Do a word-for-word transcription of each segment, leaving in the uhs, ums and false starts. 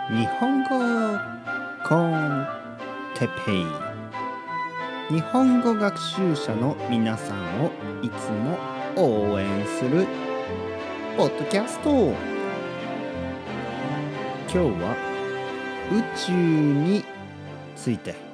日本語コンテペイ、日本語学習者の皆さんをいつも応援するポッドキャスト。今日は宇宙について。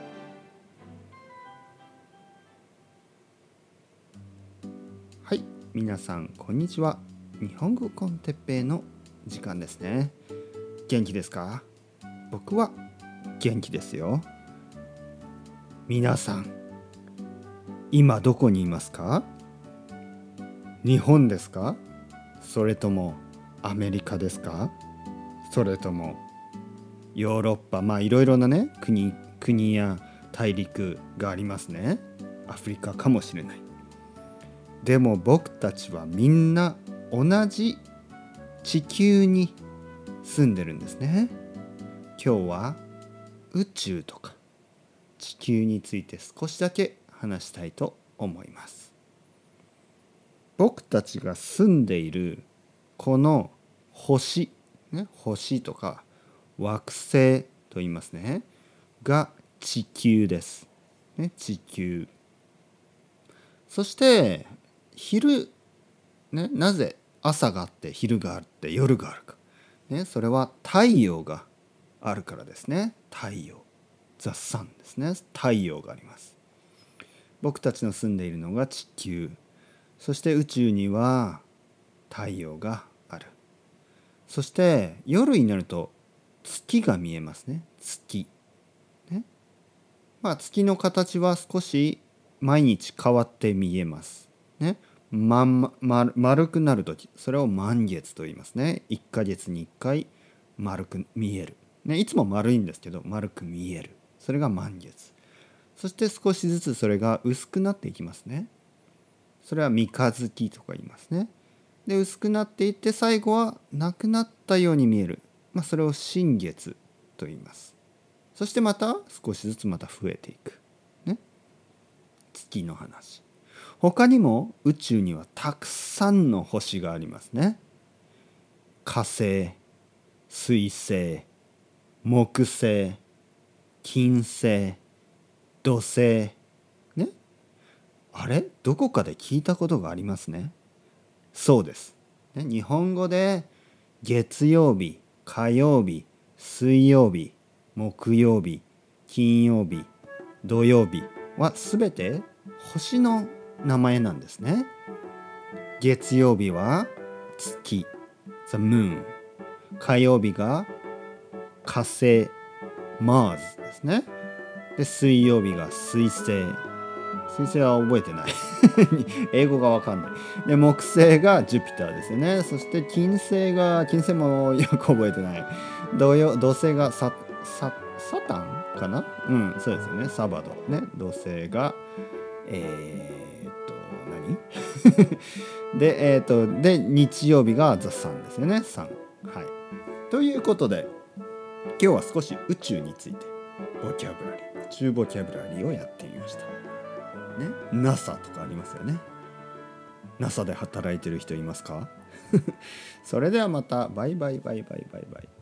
はい、皆さんこんにちは。日本語コンテッペイの時間ですね。元気ですか？僕は元気ですよ。皆さん今どこにいますか？日本ですか？それともアメリカですか？それともヨーロッパ、まあいろいろなね国国や大陸がありますね。アフリカかもしれない。でも僕たちはみんな同じ地球に住んでるんですね。今日は宇宙とか地球について少しだけ話したいと思います。僕たちが住んでいるこの星、ね、星とか惑星と言いますねが地球です、ね、地球。そして昼、ね、なぜ朝があって昼があって夜があるか、ね、それは太陽があるからですね。太陽、ザ・サンですね。太陽があります。僕たちの住んでいるのが地球、そして宇宙には太陽がある。そして夜になると月が見えますね。月、ね、まあ月の形は少し毎日変わって見えますね。まんま、丸くなるとき、それを満月と言いますね。いっかげつにいっかい丸く見える、ね、いつも丸いんですけど丸く見える、それが満月。そして少しずつそれが薄くなっていきますね。それは三日月とか言いますね。で薄くなっていって最後はなくなったように見える、まあ、それを新月と言います。そしてまた少しずつまた増えていく、ね、月の話。他にも宇宙にはたくさんの星がありますね。火星、水星、木星、金星、土星、ね。あれ？どこかで聞いたことがありますね。そうです。ね、日本語で月曜日、火曜日、水曜日、木曜日、金曜日、土曜日はすべて星の名前なんですね。月曜日は月、The Moon。火曜日が火星、Mars ですね。で、水曜日が水星。水星は覚えてない。英語がわかんない。で、木星がジュピターですよね。そして金星が、金星もよく覚えてない。土曜、土星がサ、サ、サタンかな？うん、そうですよね。サバド。ね。土星が、えー、っと、何で、えー、っと、で、日曜日がザ・サンですよね。サン。はい。ということで、今日は少し宇宙について、ボキャブラリー、宇宙ボキャブラリーをやってみました。ね、ナサ とかありますよね。ナサ で働いてる人いますか？それではまた、バイバイバイバイバイバイ。